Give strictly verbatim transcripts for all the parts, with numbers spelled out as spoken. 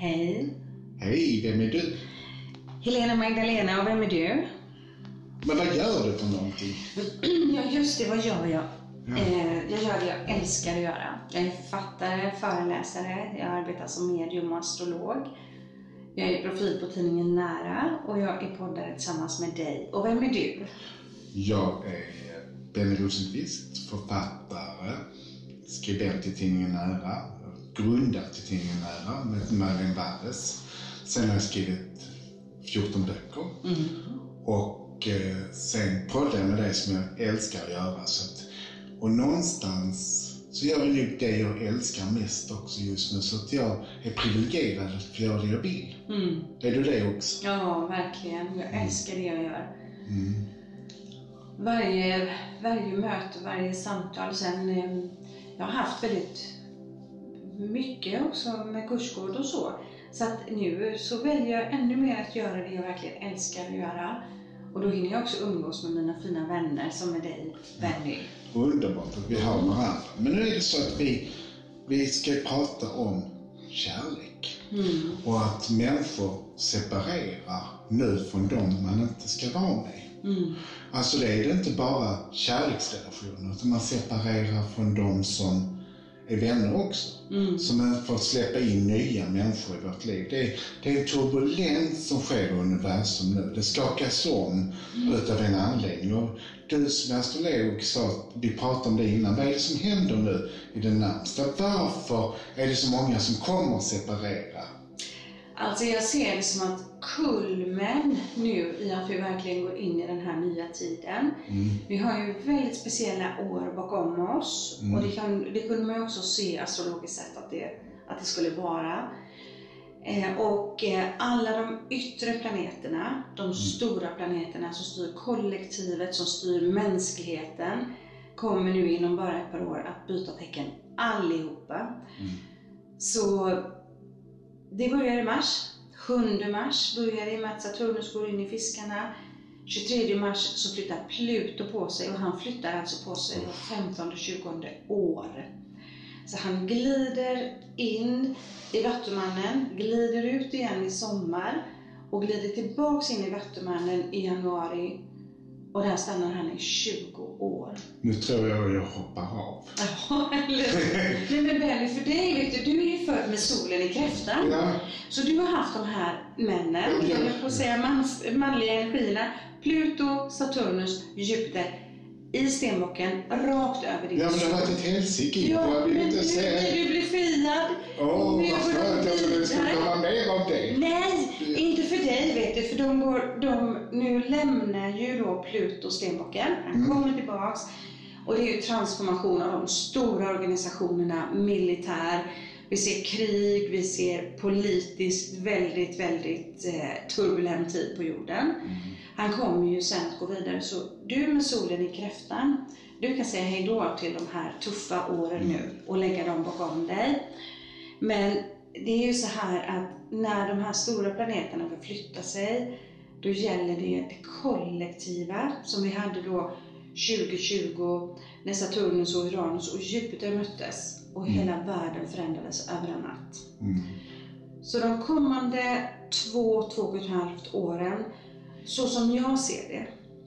Hej. Hej, vem är du? Helena Magdalena, och vem är du? Men vad gör du för någonting? Ja, just det, vad gör jag? Ja. Eh, jag gör det jag älskar att göra. Jag är författare, föreläsare, jag arbetar som medium och astrolog. Jag är profil på tidningen Nära och jag är poddare tillsammans med dig. Och vem är du? Jag är Benny Rosenqvist, författare, skribent i tidningen Nära, grundare till tidningen Nära med Marlene Walles. Sen har jag skrivit fjorton böcker. Mm. Och eh, sen poddar jag med det som jag älskar att göra. Så att, och någonstans så gör jag nog det jag älskar mest också just nu. Så att jag är privilegierad att göra det jag vill. Mm. Är du det också? Ja, verkligen. Jag mm. älskar det jag gör. Mm. Varje, varje möte, varje samtal. Sen, eh, jag har haft väldigt mycket också med kursgård och så. Så att nu så väljer jag ännu mer att göra det jag verkligen älskar att göra. Och då hinner jag också umgås med mina fina vänner som är dig, Benny. Ja, underbart att vi har varandra. Men nu är det så att vi, vi ska prata om kärlek. Mm. Och att människor separerar nu från dem man inte ska vara med. Mm. Alltså det är det inte bara kärleksrelationer, utan man separerar från dem som är vänner också. Mm. Som är för att släppa in nya människor i vårt liv. Det är, det är en turbulens som sker i universum nu. Det skakas om mm. utav en anledning. Och du som astrolog sa, vi pratade om det innan, vad är det som händer nu i den närmsta? Varför är det så många som kommer att separera? Alltså jag ser det som att kulmen nu i att vi verkligen går in i den här nya tiden. Mm. Vi har ju väldigt speciella år bakom oss. Mm. Och det, kan, det kunde man ju också se astrologiskt sett att det, att det skulle vara. Eh, och eh, alla de yttre planeterna, de mm. stora planeterna som styr kollektivet, som styr mänskligheten, kommer nu inom bara ett par år att byta tecken allihopa. Mm. Så det börjar i mars. sjunde mars börjar det med att Saturnus går in i fiskarna. tjugotredje mars så flyttar Pluto på sig, och han flyttar alltså på sig var femtonde tjugonde år. Så han glider in i Vattumannen, glider ut igen i sommar och glider tillbaks in i Vattumannen i januari. Och där stannar han i tjugo år. Nu tror jag jag hoppar av. Ja, eller nej, men Benny, för dig, vet du, du är ju född med solen i kräftan. Ja. Så du har haft de här männen, ja, jag får säga mans, manliga energierna, Pluto, Saturnus, Jupiter, i stenbocken, rakt över din. Ja, men det har varit ett helsike. Ja, jag vill men inte nu säga. du blir friad. Åh, oh, vad skönt. Jag trodde det skulle komma mer om det. Nej, inte för dig, vet du. För de går, de, nu lämnar ju då Pluto stenbocken. Han mm. kommer tillbaks. Och det är ju transformation av de stora organisationerna, militär. Vi ser krig, vi ser politiskt väldigt, väldigt eh, turbulent tid på jorden. Mm. Han kommer ju sen att gå vidare. Så du med solen i kräftan, du kan säga hej då till de här tuffa åren mm. nu och lägga dem bakom dig. Men det är ju så här att när de här stora planeterna förflyttar sig, då gäller det det kollektiva som vi hade då tjugo tjugo när Saturnus och Uranus och Jupiter möttes och mm. hela världen förändrades över en natt. Mm. Så de kommande två, två och ett halvt åren, så som jag ser det,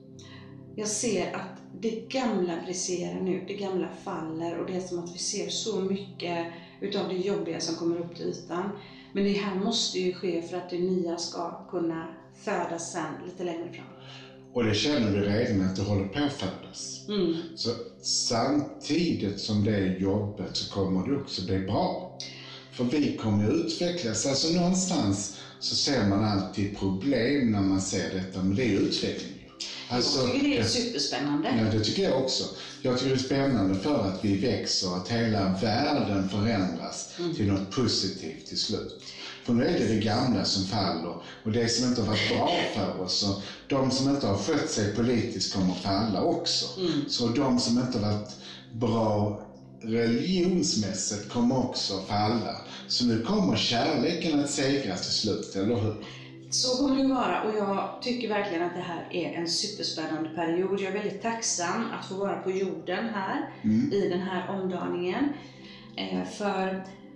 jag ser att det gamla briserar nu, det gamla faller, och det är som att vi ser så mycket utav det jobbiga som kommer upp till ytan. Men det här måste ju ske för att det nya ska kunna födas sen lite längre fram. Och det känner vi redan att det håller på att födas. Mm. Så samtidigt som det är jobbet så kommer det också bli bra. För vi kommer ju utvecklas. Alltså någonstans så ser man alltid problem när man ser detta, men det är utveckling. Alltså, jag tycker det är superspännande. Ja, det tycker jag också. Jag tycker det är spännande för att vi växer, att hela världen förändras mm. till något positivt till slut. För nu är det det gamla som faller, och det som inte har varit bra för oss, och de som inte har skött sig politiskt kommer att falla också. Mm. Så de som inte har varit bra religionsmässigt kommer också att falla. Så nu kommer kärleken att segras till slut, eller hur? Så kommer det vara, och jag tycker verkligen att det här är en superspännande period. Jag är väldigt tacksam att få vara på jorden här mm. i den här omdaningen. Eh, för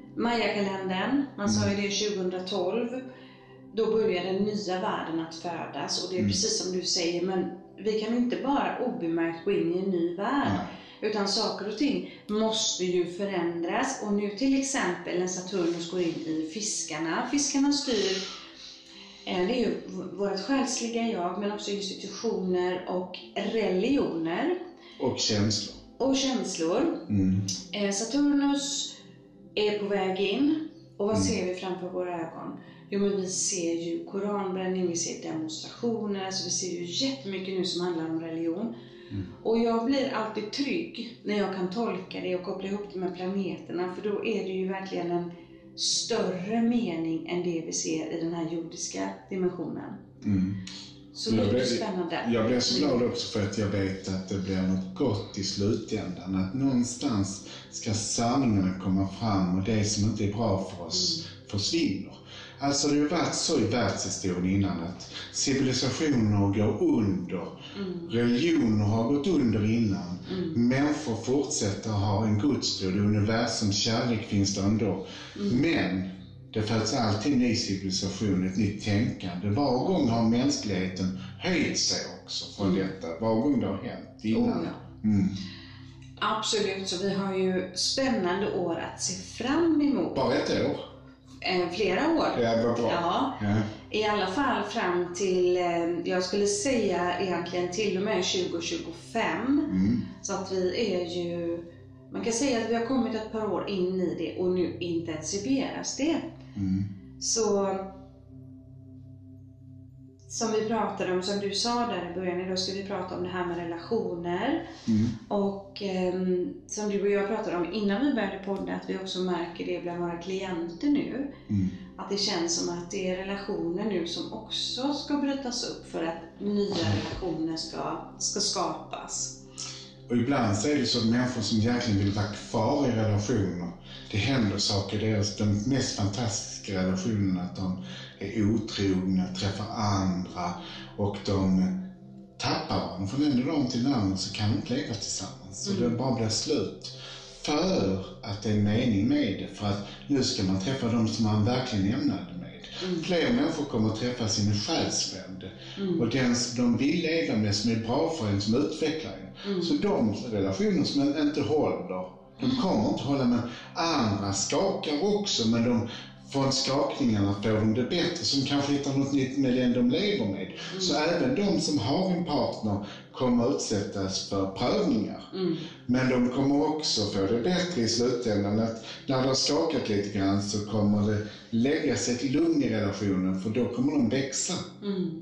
Maya-kalendern, man sa ju det tjugohundratolv. Då börjar den nya världen att födas. Och det är mm. precis som du säger, men vi kan inte bara obemärkt gå in i en ny värld. Mm. Utan saker och ting måste ju förändras. Och nu till exempel när Saturnus går in i fiskarna. Fiskarna styr, det är ju vårt själsliga jag, men också institutioner och religioner. Och känslor. Och känslor. Mm. Saturnus är på väg in. Och vad mm. ser vi framför våra ögon? Jo, men vi ser ju koranbränning, vi ser demonstrationer, alltså vi ser ju jättemycket nu som handlar om religion. Mm. Och jag blir alltid trygg när jag kan tolka det och koppla ihop det med planeterna, för då är det ju verkligen en större mening än det vi ser i den här jordiska dimensionen. Mm. Så det är spännande. Jag blir så glad också för att jag vet att det blir något gott i slutändan. Att någonstans ska sanningen komma fram och det som inte är bra för oss mm. försvinner. Alltså det har varit så i världshistorien innan att civilisationer går under. Mm. Religioner har gått under innan. Mm. Människor fortsätter ha en gudstro. Det universums kärlek finns där ändå. Mm. Men det föds alltid en ny civilisation, ett nytt tänkande. Var gång har mänskligheten höjt sig också från mm. detta. Var gång det har hänt innan. Oh, ja. mm. Absolut, så vi har ju spännande år att se fram emot. Bara ett år? Eh, flera år. Ja, vad bra. Ja, ja. I alla fall fram till, eh, jag skulle säga egentligen till och med tjugo tjugofem. Mm. Så att vi är ju, man kan säga att vi har kommit ett par år in i det och nu intensifieras det. Mm. Så som vi pratade om, som du sa där i början, då ska vi prata om det här med relationer. Mm. Och eh, som du och jag pratade om innan vi började podda, att vi också märker det bland våra klienter nu. Mm. Att det känns som att det är relationer nu som också ska brytas upp för att nya relationer ska, ska skapas. Och ibland så är det så att människor som egentligen vill vara kvar i relationer, det händer saker i deras, de mest fantastiska relationerna, att de är otrogna, träffar andra och de tappar varandra från en dag till en annan, så kan de inte leva tillsammans. Så mm. det bara blir slut. För att det är mening med det, för att nu ska man träffa dem som man verkligen ämnade med. Mm. Fler människor kommer att träffa sin själsfrände mm. och den som de vill leva med, som är bra för en, som utvecklar en. Mm. Så de relationer som inte håller, de kommer inte hålla, med andra skakar också, men de från skakningarna får de det bättre, som kanske hittar något nytt med den de lever med. Mm. Så även de som har en partner kommer utsättas för prövningar. Mm. Men de kommer också få det bättre i slutändan, att när det har skakat lite grann så kommer det lägga sig ett lugn i relationen, för då kommer de växa. Mm.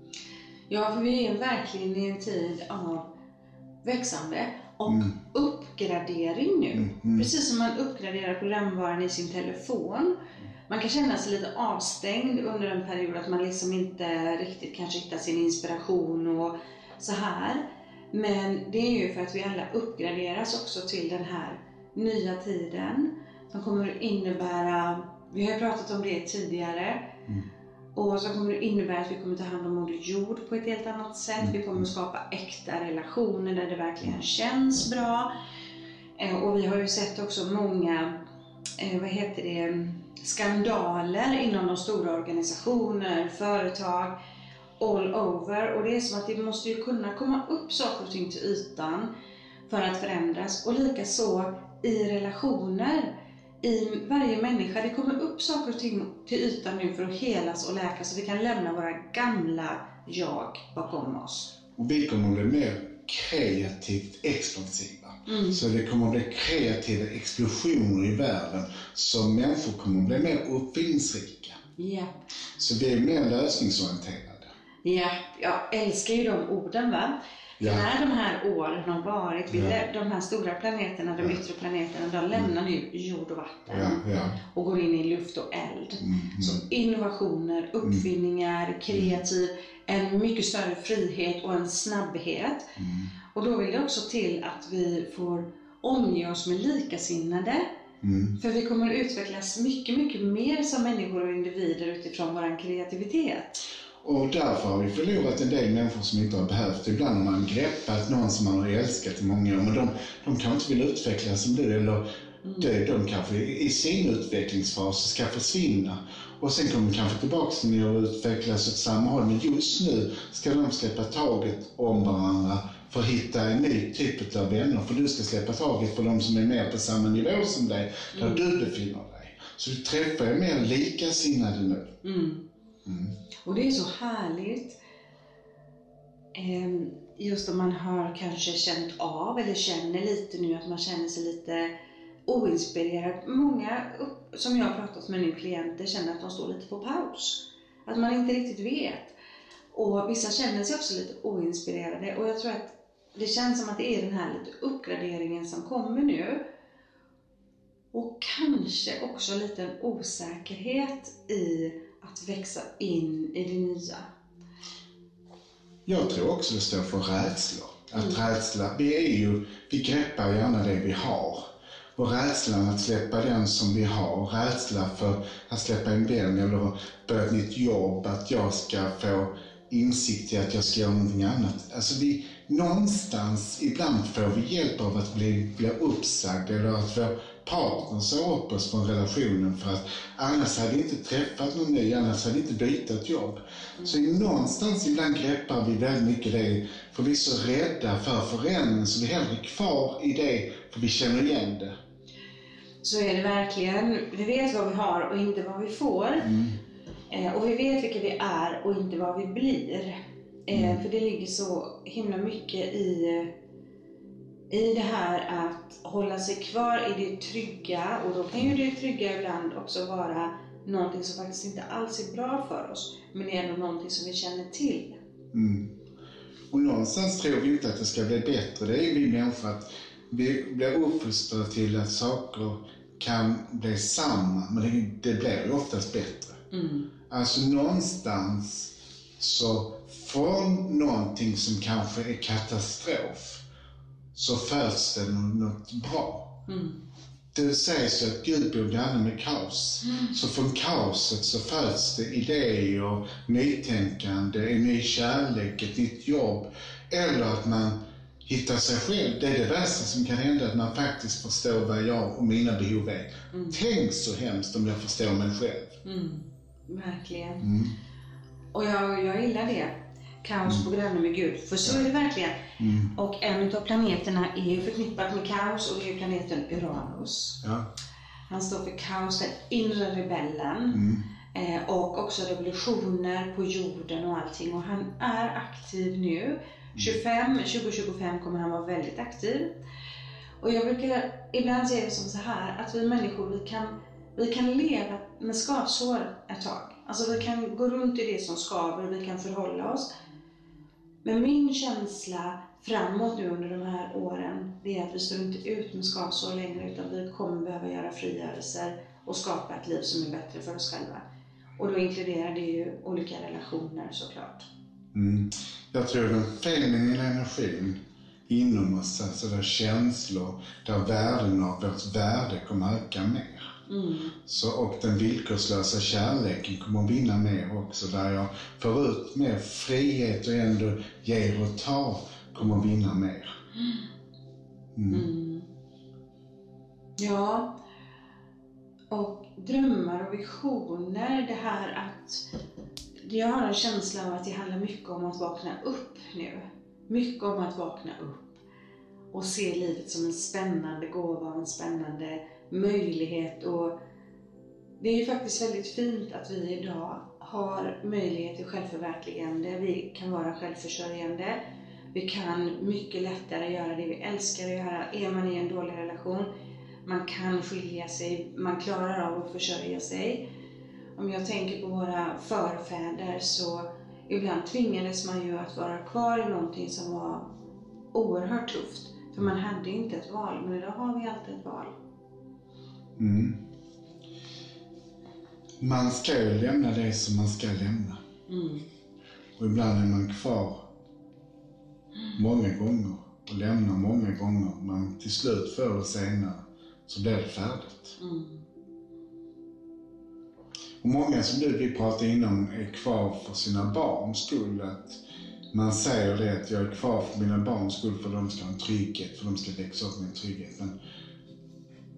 Ja, för vi är verkligen i en tid av växande och mm. uppgradering nu. Mm. Mm. Precis som man uppgraderar programvaran i sin telefon. Man kan känna sig lite avstängd under en period, att man liksom inte riktigt kanske hittar sin inspiration och så här. Men det är ju för att vi alla uppgraderas också till den här nya tiden som kommer innebära, vi har ju pratat om det tidigare, mm. och så kommer det innebära att vi kommer ta hand om Moder Jord på ett helt annat sätt. Mm. Vi kommer skapa äkta relationer där det verkligen känns bra. Och vi har ju sett också många, vad heter det, skandaler inom de stora organisationer, företag, all over. Och det är som att det måste ju kunna komma upp saker och ting till ytan för att förändras. Och lika så i relationer, i varje människa. Det kommer upp saker och ting till ytan nu för att helas och läkas, så vi kan lämna våra gamla jag bakom oss. Och vi kommer att bli mer kreativt expansiva. Mm. Så det kommer att bli kreativa explosioner i världen, så människor kommer att bli mer uppfinningsrika. Yeah. Så vi är mer lösningsorienterade. Ja, yeah. Jag älskar ju de orden, va? Ja. När de här åren har varit, vi ja. de här stora planeterna, de ja. yttre planeterna, de lämnar nu jord och vatten ja, ja. och går in i luft och eld. Mm, mm. Så innovationer, uppfinningar, mm. kreativ, en mycket större frihet och en snabbhet. Mm. Och då vill det också till att vi får omge oss med likasinnade. Mm. För vi kommer att utvecklas mycket, mycket mer som människor och individer utifrån vår kreativitet. Och därför har vi förlorat en del människor som inte har behövt. Ibland har man greppat någon som man har älskat i många år, men de, de kan inte vilja utvecklas som du, eller Mm. Det, de kanske i sin utvecklingsfas ska försvinna. Och sen kommer de kanske tillbaka till och utvecklas åt samma håll. Men just nu ska de släppa taget om varandra för att hitta en ny typ av vänner. För du ska släppa taget för de som är mer på samma nivå som dig, där mm. du befinner dig. Så du träffar ju mer likasinnade nu. Mm. Mm. Och det är så härligt. Just om man har kanske känt av eller känner lite nu att man känner sig lite oinspirerad. Många som jag har pratat med nu, klienter, känner att de står lite på paus. Att man inte riktigt vet. Och vissa känner sig också lite oinspirerade. Och jag tror att det känns som att det är den här lite uppgraderingen som kommer nu. Och kanske också lite en osäkerhet i att växa in i det nya. Jag tror också det står för rädsla. Att mm. rädsla, vi är ju, vi greppar gärna det vi har. Och rädslan att släppa den som vi har, rädsla för att släppa en vän eller börja ett nytt jobb, att jag ska få insikt i att jag ska göra någonting annat. Alltså vi, någonstans, ibland får vi hjälp av att bli, bli uppsagd eller att vår partner sa upp oss från relationen för att annars hade vi inte träffat någon ny, annars hade vi inte bytt ett jobb. Mm. Så någonstans ibland greppar vi väldigt mycket det, för vi är så rädda för förändringen så vi är hellre kvar i det för vi känner igen det. Så är det verkligen. Vi vet vad vi har och inte vad vi får. Mm. Eh, och vi vet vilka vi är och inte vad vi blir. Eh, mm. För det ligger så himla mycket i, i det här att hålla sig kvar i det trygga. Och då kan ju det trygga ibland också vara någonting som faktiskt inte alls är bra för oss. Men är ändå någonting som vi känner till. Mm. Och någonstans tror vi inte att det ska bli bättre. Det är vi människor att vi blir uppfostrade till att saker kan bli samma, men det, det blir ju oftast bättre. Mm. Alltså någonstans så från någonting som kanske är katastrof så föds det något bra. Mm. Det sägs att Gud bor gärna med kaos. Mm. Så från kaoset så föds det idéer, nytänkande, en ny kärlek, ett nytt jobb. Eller att man hittar sig själv. Det är det värsta som kan hända, att man faktiskt förstår vad jag och mina behov är. Mm. Tänk så hemskt om jag förstår mig själv. Mm. Verkligen. Mm. Och jag, jag gillar det. Kaos mm. på granne med Gud. För så är det verkligen. Mm. Och en av planeterna är ju förknippat med kaos och det är planeten Uranus. Ja. Han står för kaos, den inre rebellen. Mm. Eh, och också revolutioner på jorden och allting. Och han är aktiv nu. tjugofem, tjugo tjugofem kommer han vara väldigt aktiv. Och jag brukar ibland se det som så här, att vi människor vi kan, vi kan leva med skavsår ett tag. Alltså vi kan gå runt i det som skaver och vi kan förhålla oss. Men min känsla framåt nu under de här åren, det är att vi står inte ut med skavsår längre, utan vi kommer behöva göra frigörelser och skapa ett liv som är bättre för oss själva. Och då inkluderar det ju olika relationer såklart. Mm. Jag tror den feminina energin inom oss, alltså där känslor, där värden av vårt värde kommer öka mer. Mm. Så, och den villkorslösa kärleken kommer att vinna mer också, där jag får ut mer frihet och ändå ger och tar kommer att vinna mer. Mm. Mm. Ja, och drömmar och visioner, det här att jag har en känsla av att det handlar mycket om att vakna upp nu. Mycket om att vakna upp och se livet som en spännande gåva och en spännande möjlighet. Och det är ju faktiskt väldigt fint att vi idag har möjlighet till självförverkligande. Vi kan vara självförsörjande. Vi kan mycket lättare göra det vi älskar att göra. Är man i en dålig relation, man kan skilja sig, man klarar av att försörja sig. Om jag tänker på våra förfäder så ibland tvingades man ju att vara kvar i någonting som var oerhört tufft. För man hade inte ett val, men idag har vi alltid ett val. Mm. Man ska ju lämna det som man ska lämna. Mm. Och ibland är man kvar många gånger och lämnar många gånger. Men till slut, förr och senare, så blir det färdigt. Mm. Och många som du vi pratar inom är kvar för sina barns skull. Att man säger det att jag är kvar för mina barns skull för de ska ha en trygghet, för de ska växa upp med en trygghet. Men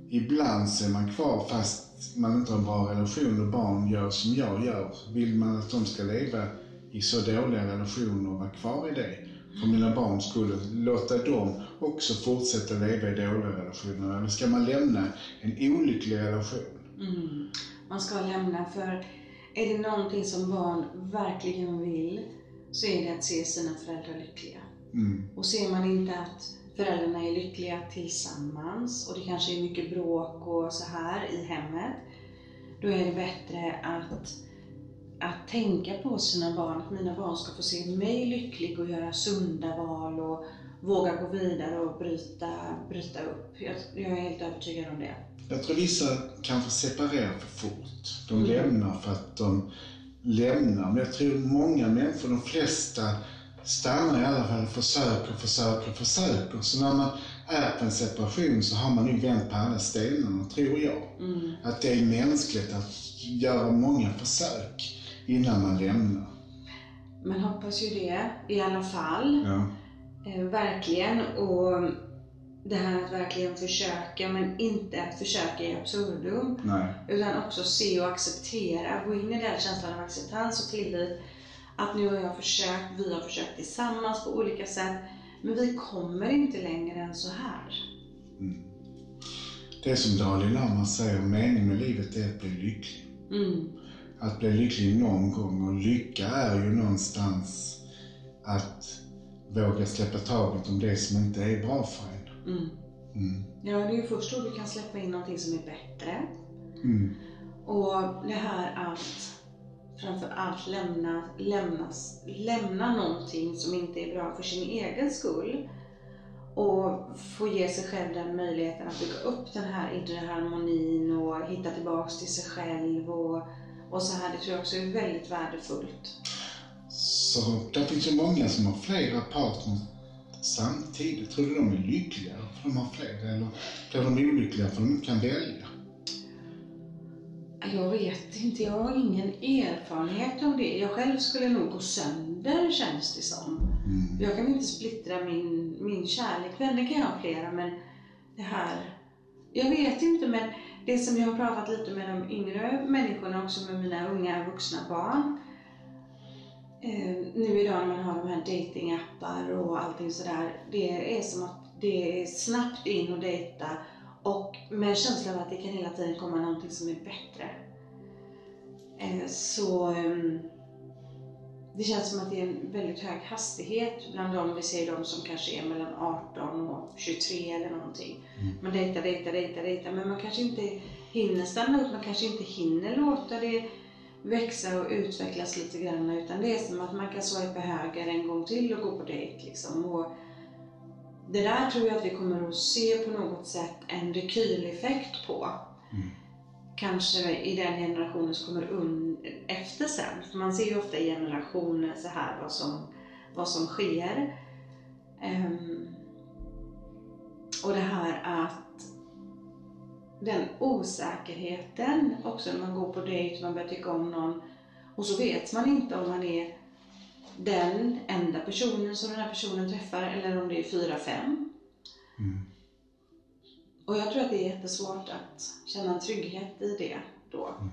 ibland så är man kvar fast man inte har en bra relation och barn gör som jag gör. Vill man att de ska leva i så dåliga relationer och vara kvar i det? För mina barn skulle låta dem också fortsätta leva i dåliga relationer. Eller ska man lämna en olycklig relation? Mm. Man ska lämna, för är det någonting som barn verkligen vill så är det att se sina föräldrar lyckliga. Mm. Och ser man inte att föräldrarna är lyckliga tillsammans och det kanske är mycket bråk och så här i hemmet, då är det bättre att, att tänka på sina barn, att mina barn ska få se mig lycklig och göra sunda val och våga gå vidare och bryta, bryta upp. Jag, jag är helt övertygad om det. Jag tror vissa kanske separerar för fort. De Mm. lämnar för att de lämnar. Men jag tror många människor, de flesta, stannar i alla fall och försöker, försöker, försöker. Så när man är på en separation så har man ju vänt på alla stenarna, tror jag. Mm. Att det är mänskligt att göra många försök innan man lämnar. Man hoppas ju det i alla fall. Ja. Eh, verkligen. Och det här att verkligen försöka, men inte att försöka i absurdum. Nej. Utan också se och acceptera, gå in i den känslan av acceptans och tillit. Att nu har jag försökt, vi har försökt tillsammans på olika sätt. Men vi kommer inte längre än så här. Mm. Det är som Dalai Lama säger, meningen med livet är att bli lycklig. Mm. Att bli lycklig någon gång, och lycka är ju någonstans att våga släppa taget om det som inte är bra för en. Mm. Mm. Ja, det är ju först då du kan släppa in någonting som är bättre. Mm. Och det här att framför allt lämna, lämnas, lämna någonting som inte är bra för sin egen skull. Och få ge sig själv den möjligheten att bygga upp den här inre harmonin och hitta tillbaks till sig själv och, och så här. Det tror jag också är väldigt värdefullt. Så det finns ju många som har flera partner samtidigt. Tror du de är lyckliga för de har flera, eller blir de olyckliga för de inte kan välja? Jag vet inte, jag har ingen erfarenhet om det. Jag själv skulle nog gå sönder, känns det som. Mm. Jag kan inte splittra min, min kärlek. Vänner kan jag ha flera, men det här... Jag vet inte, men det som jag har pratat lite med de yngre människorna, också med mina unga vuxna barn. Eh, nu idag när man har de här datingappar och allting sådär. Det är som att det är snabbt in och dejta. Och med känslan av att det kan hela tiden komma någonting som är bättre. Eh, så eh, det känns som att det är en väldigt hög hastighet bland dem. Vi ser de som kanske är mellan arton och tjugotre eller någonting. Mm. Man dejtar, dejtar, dejtar, dejtar. Men man kanske inte hinner stanna upp. Man kanske inte hinner låta det växa och utvecklas lite grann. Utan det är som att man kan swipa höger en gång till och gå på dejt liksom. Och det där tror jag att vi kommer att se på något sätt en rekyleffekt på. Mm. Kanske i den generationen som kommer un- efter sen. För man ser ju ofta i generationer så här vad som, vad som sker. Um, och det här att den osäkerheten också när man går på dejt, man börjar tycka om någon. Och så vet man inte om man är den enda personen som den här personen träffar eller om det är fyra, fem. Mm. Och jag tror att det är jättesvårt att känna en trygghet i det då. Mm.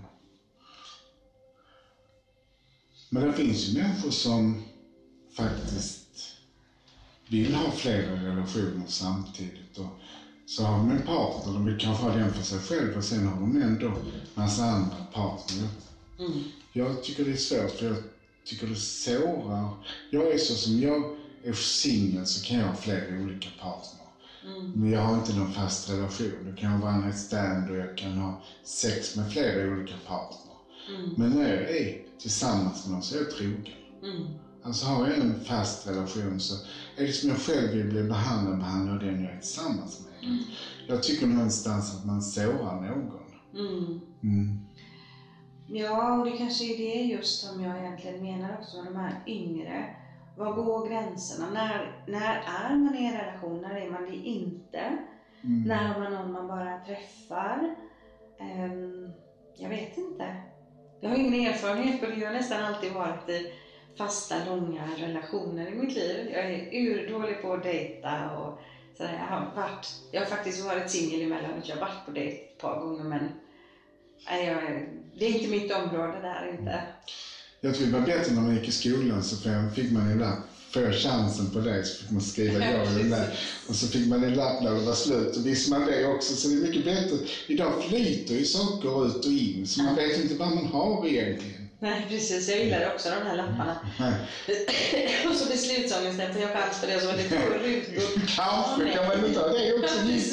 Men det finns ju människor som faktiskt vill ha flera relationer samtidigt. Och så har de en partner, de vill kanske ha den för sig själv och sen har de ändå massa andra partner. Mm. Jag tycker det är svårt, för jag tycker det sårar. Jag är så som jag är singel så kan jag ha flera olika partner. Mm. Men jag har inte någon fast relation. Det kan vara en stand och jag kan ha sex med flera olika partner. Mm. Men när jag är tillsammans med någon så är jag trogen. Mm. Alltså har jag en fast relation så är det som jag själv vill bli behandlad, behandlad av den jag är tillsammans med. Mm. Jag tycker någonstans att man sårar någon. Mm. Mm. Ja, och det kanske är det just som jag egentligen menar också med de här yngre. Var går gränserna? När, när är man i en relation? När är man det inte? Mm. När har man någon man bara träffar? Um, jag vet inte. Jag har ingen erfarenhet och jag har nästan alltid varit i fasta, långa relationer i mitt liv. Jag är urdålig på att dejta och Så jag har varit, jag har faktiskt varit singel emellanåt. Jag har varit på det ett par gånger, men nej, jag, det är inte mitt område där inte. Jag tror det var bättre när man gick i skolan, så fick man en lapp. Får jag chansen på det så fick man skriva ja eller nej. Och så fick man en lapp när det var slut och visste man det också. Så det är mycket bättre. Idag flyter ju saker ut och in så man vet inte vad man har egentligen. Nej precis, jag gillade också de här lapparna. Mm. Och så beslutsångesten, för jag kan alls för det som var lite rutor. Kanske kan man inte ha det också.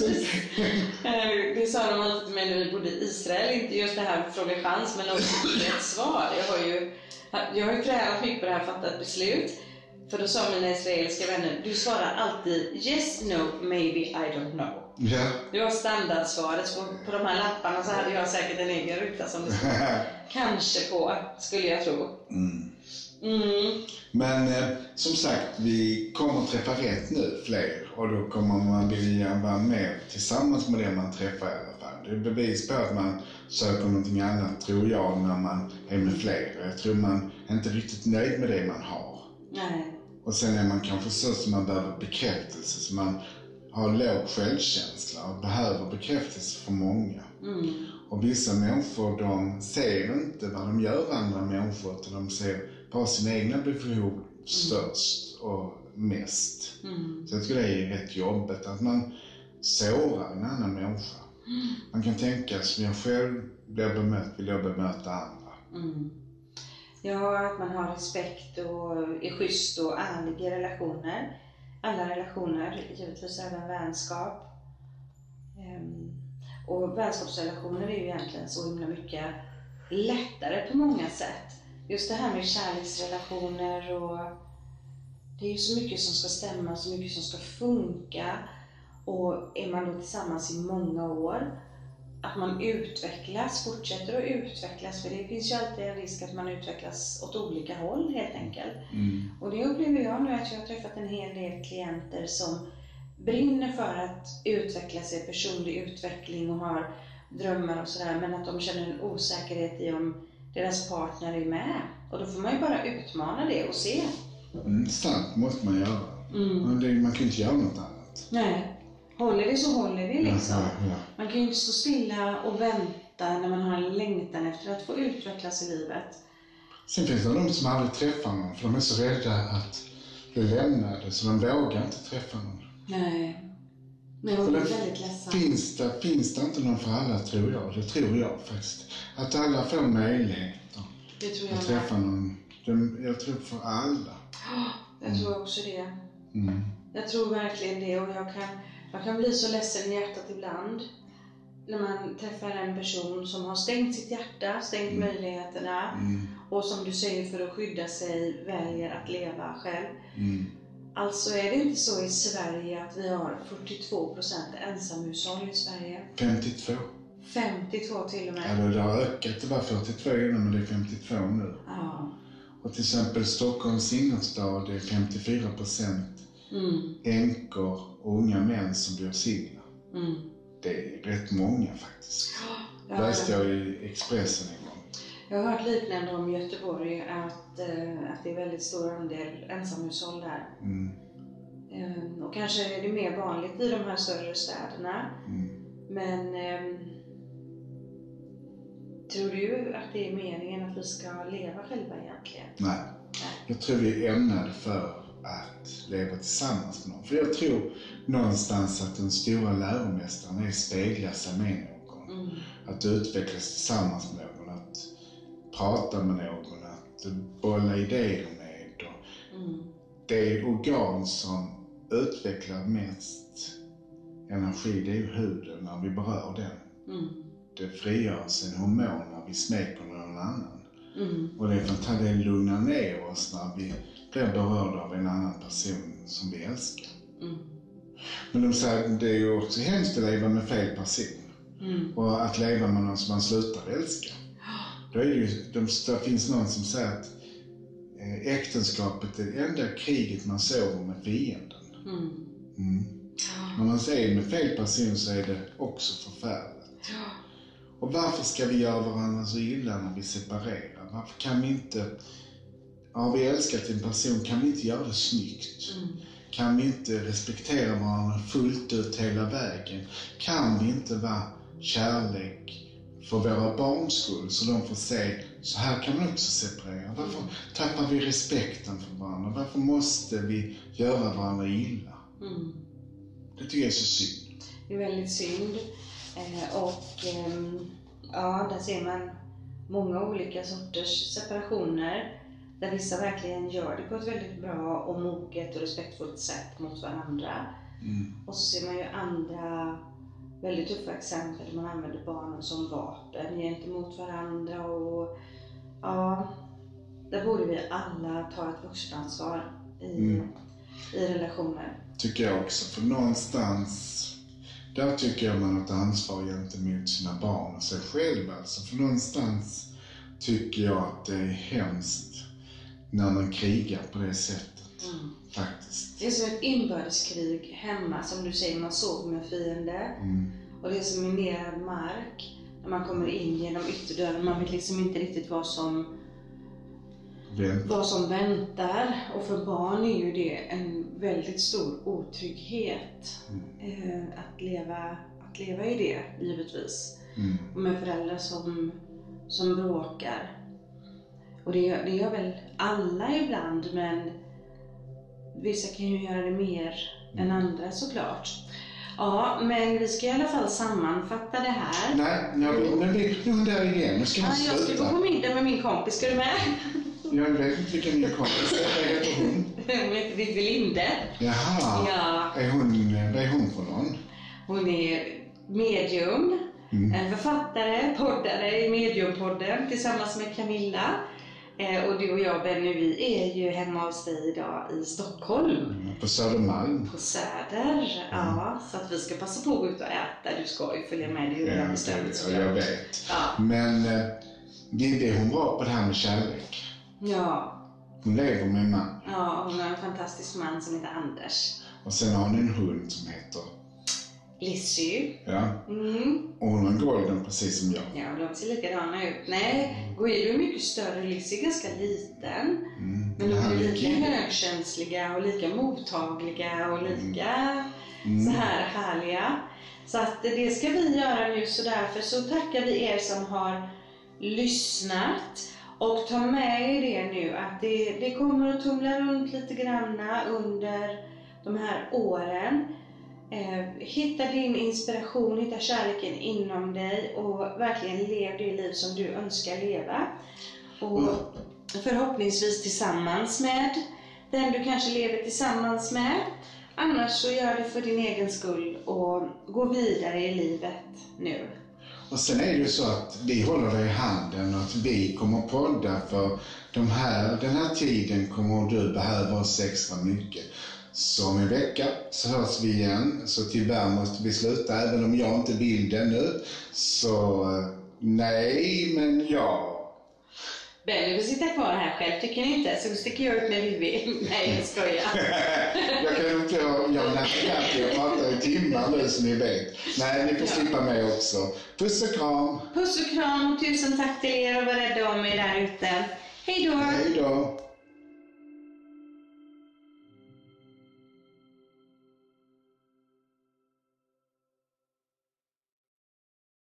Det sa de alltid till mig när vi bodde i Israel. Inte just det här fråga chans, men också ett svar. Jag har ju, jag har ju tränat mycket på det här, fattat beslut. För då sa mina israeliska vänner, du svarar alltid yes, no, maybe, I don't know. Ja. Det var standardsvaret. På, på de här lapparna så hade jag säkert en egen ruta som det stod kanske på, skulle jag tro. Mm. Mm. Men eh, som sagt, vi kommer träffa rätt nu, fler. Och då kommer man vilja vara med tillsammans med det man träffar i alla fall. Det är bevis på att man söker någonting annat, tror jag, när man är med fler. Jag tror man är inte riktigt nöjd med det man har. Nej. Och sen är man kanske så som man behöver bekräftelse, så man har låg självkänsla och behöver bekräftelse för många. Mm. Och vissa människor, de ser inte vad de gör andra människor, utan de ser bara sina egna behov störst och mest. Mm. Så jag tror det är rätt jobbigt att man sårar en annan människa. Mm. Man kan tänka som jag själv blir bemött, vill jag bemöta andra. Mm. Ja, att man har respekt och är schysst och ärlig i relationer. Alla relationer, givetvis även vänskap. Um, och vänskapsrelationer är ju egentligen så himla mycket lättare på många sätt. Just det här med kärleksrelationer, och det är ju så mycket som ska stämma, så mycket som ska funka. Och är man då tillsammans i många år, att man utvecklas, fortsätter att utvecklas, för det finns ju alltid en risk att man utvecklas åt olika håll helt enkelt. Mm. Och det upplever jag nu, att jag har träffat en hel del klienter som brinner för att utveckla sig, personlig utveckling och har drömmar och sådär, men att de känner en osäkerhet i om deras partner är med. Och då får man ju bara utmana det och se. Mm, sant måste man göra. Mm. Det, man kan ju inte göra något annat. Nej. Håller det så håller det liksom. Ja, ja, ja. Man kan ju inte stå stilla och vänta när man har en längtan efter att få utvecklas i livet. Sen finns det de som aldrig träffar någon, för de är så rädda att bli lämnade, så de vågar inte träffa någon. Nej. Men jag är väldigt ledsen. Finns det, finns det inte någon för alla, tror jag. Det tror jag faktiskt. Att alla får möjligheter Det tror jag att träffa någon. De, jag tror för alla. Jag mm. tror också det. Mm. Jag tror verkligen det, och jag kan, jag kan bli så ledsen i hjärtat ibland när man träffar en person som har stängt sitt hjärta, stängt mm. möjligheterna mm. och som du säger, för att skydda sig väljer att leva själv. Mm. Alltså är det inte så i Sverige att vi har fyrtiotvå procent ensamhushåll i Sverige? femtiotvå. femtiotvå till och med. Ja, det har ökat. Det var fyrtiotvå innan, men det är femtiotvå nu. Ja. Och till exempel Stockholms innerstad är femtiofyra procent mm. änkor och unga män som blir singlar. Mm. Det är rätt många faktiskt. Ja, läste jag i Expressen en gång. Jag har hört liknande om Göteborg, att, eh, att det är väldigt stor andel ensamhushåll där. Mm. Eh, och kanske är det mer vanligt i de här större städerna. Mm. Men eh, tror du att det är meningen att vi ska leva själva egentligen? Nej. Nej. Jag tror vi är ämnade för att leva tillsammans med någon. För jag tror någonstans att den stora läromästaren är att spegla sig med någon. Mm. Att utvecklas tillsammans med någon. Att prata med någon. Att bolla idéer med. Och mm. det organ som utvecklar mest energi, det är ju huden när vi berör den. Mm. Det frigörs en hormon när vi smeker någon annan. Mm. Och det är för att det lugnar ner oss när vi blir berörda av en annan person som vi älskar. Mm. Men de säger att det är ju också hemskt att leva med fel person. Mm. Och att leva med någon som man slutar älska. Då är det ju, de, det finns någon som säger att eh, äktenskapet är det enda kriget man sover med fienden. Mm. Mm. När man säger med fel person så är det också förfärligt. Ja. Och varför ska vi göra varandra så illa när vi separerar? Varför kan vi inte, har vi älskat en person, kan vi inte göra det snyggt? Mm. kan vi inte respektera varandra fullt ut hela vägen? Kan vi inte vara kärlek för våra barns skull, så de får se, så här kan man också separera. Varför tappar vi respekten för varandra? Varför måste vi göra varandra illa? Mm. Det tycker jag är så synd. Det är väldigt synd. Eh, och eh, ja, där ser man många olika sorters separationer. Där vissa verkligen gör det på ett väldigt bra och moget och respektfullt sätt mot varandra. Mm. Och så ser man ju andra väldigt tuffa exempel där man använder barnen som vapen gentemot varandra. Och ja, där borde vi alla ta ett vuxenansvar i, mm. i relationer. Tycker jag också, för någonstans där tycker jag man har ett ansvar gentemot sina barn och sig själv. Alltså, för någonstans tycker jag att det är hemskt när man krigar på det sättet. Mm. Faktiskt. Det är som ett inbördeskrig hemma, som du säger, man sover med fiender. Mm. Och det är som minerad mark när man kommer in genom ytterdörren. Man vet liksom inte riktigt vad som, Vänt. vad som väntar. Och för barn är ju det en väldigt stor otrygghet. Mm. eh, att, leva, att leva i det, givetvis. Mm. Och med föräldrar som, som bråkar. Och det gör, det gör väl alla ibland, men vissa kan ju göra det mer mm. än andra, såklart. Ja, men vi ska i alla fall sammanfatta det här. Nej, nej men vi är där igen. Nu ska vi ja, sluta. Jag ska gå på middag med min kompis. Ska du med? Jag vet inte vilken min kompis är. Vad heter hon? Hon heter Vivi Linde. Jaha. Ja. Är hon, vad är hon för någon? Hon är medium, mm. författare, poddare i Mediumpodden tillsammans med Camilla. Eh, och du och jag, Benny, vi är ju hemma hos dig idag i Stockholm. Mm, på Södermalm. På Söder, mm. ja. Så att vi ska passa på att gå ut och äta. Du ska ju följa med, det är ju redan bestämt. Ja, jag vet. Ja. Men eh, Vivi, hon var på det här med kärlek. Ja. Hon lever med en man. Ja, hon har en fantastisk man som heter Anders. Och sen har hon en hund som heter Lissy. Ja. Mm. Och hon har en golden precis som jag. Ja, de ser likadana ut. Nej, Guido är mycket större, Lissy är ganska liten. Mm. Men de är lika högkänsliga och lika mottagliga och lika mm. så här härliga. Så att det ska vi göra nu, så därför så tackar vi er som har lyssnat. Och ta med er det nu, att det, det kommer att tumla runt lite granna under de här åren. Eh, hitta din inspiration, hitta kärleken inom dig och verkligen lev det liv som du önskar leva. Och förhoppningsvis tillsammans med den du kanske lever tillsammans med. Annars så gör det för din egen skull och gå vidare i livet nu. Och sen är det ju så att vi håller dig i handen och att vi kommer podda, för de här, den här tiden kommer du behöva oss extra mycket. Så om en vecka så hörs vi igen, så tyvärr måste vi sluta, även om jag inte vill det nu. Så nej, men ja. Benny, du sitter kvar här själv, tycker ni inte? Så sticker jag ut med Vivi. Nej, jag skojar. Jag kan inte, jag, jag, jag pratar i timmar nu, som ni vet. Nej, ni får slippa mig också. Puss och kram. Puss och kram och tusen tack till er och var rädda om er där ute. Hej då. Hej då.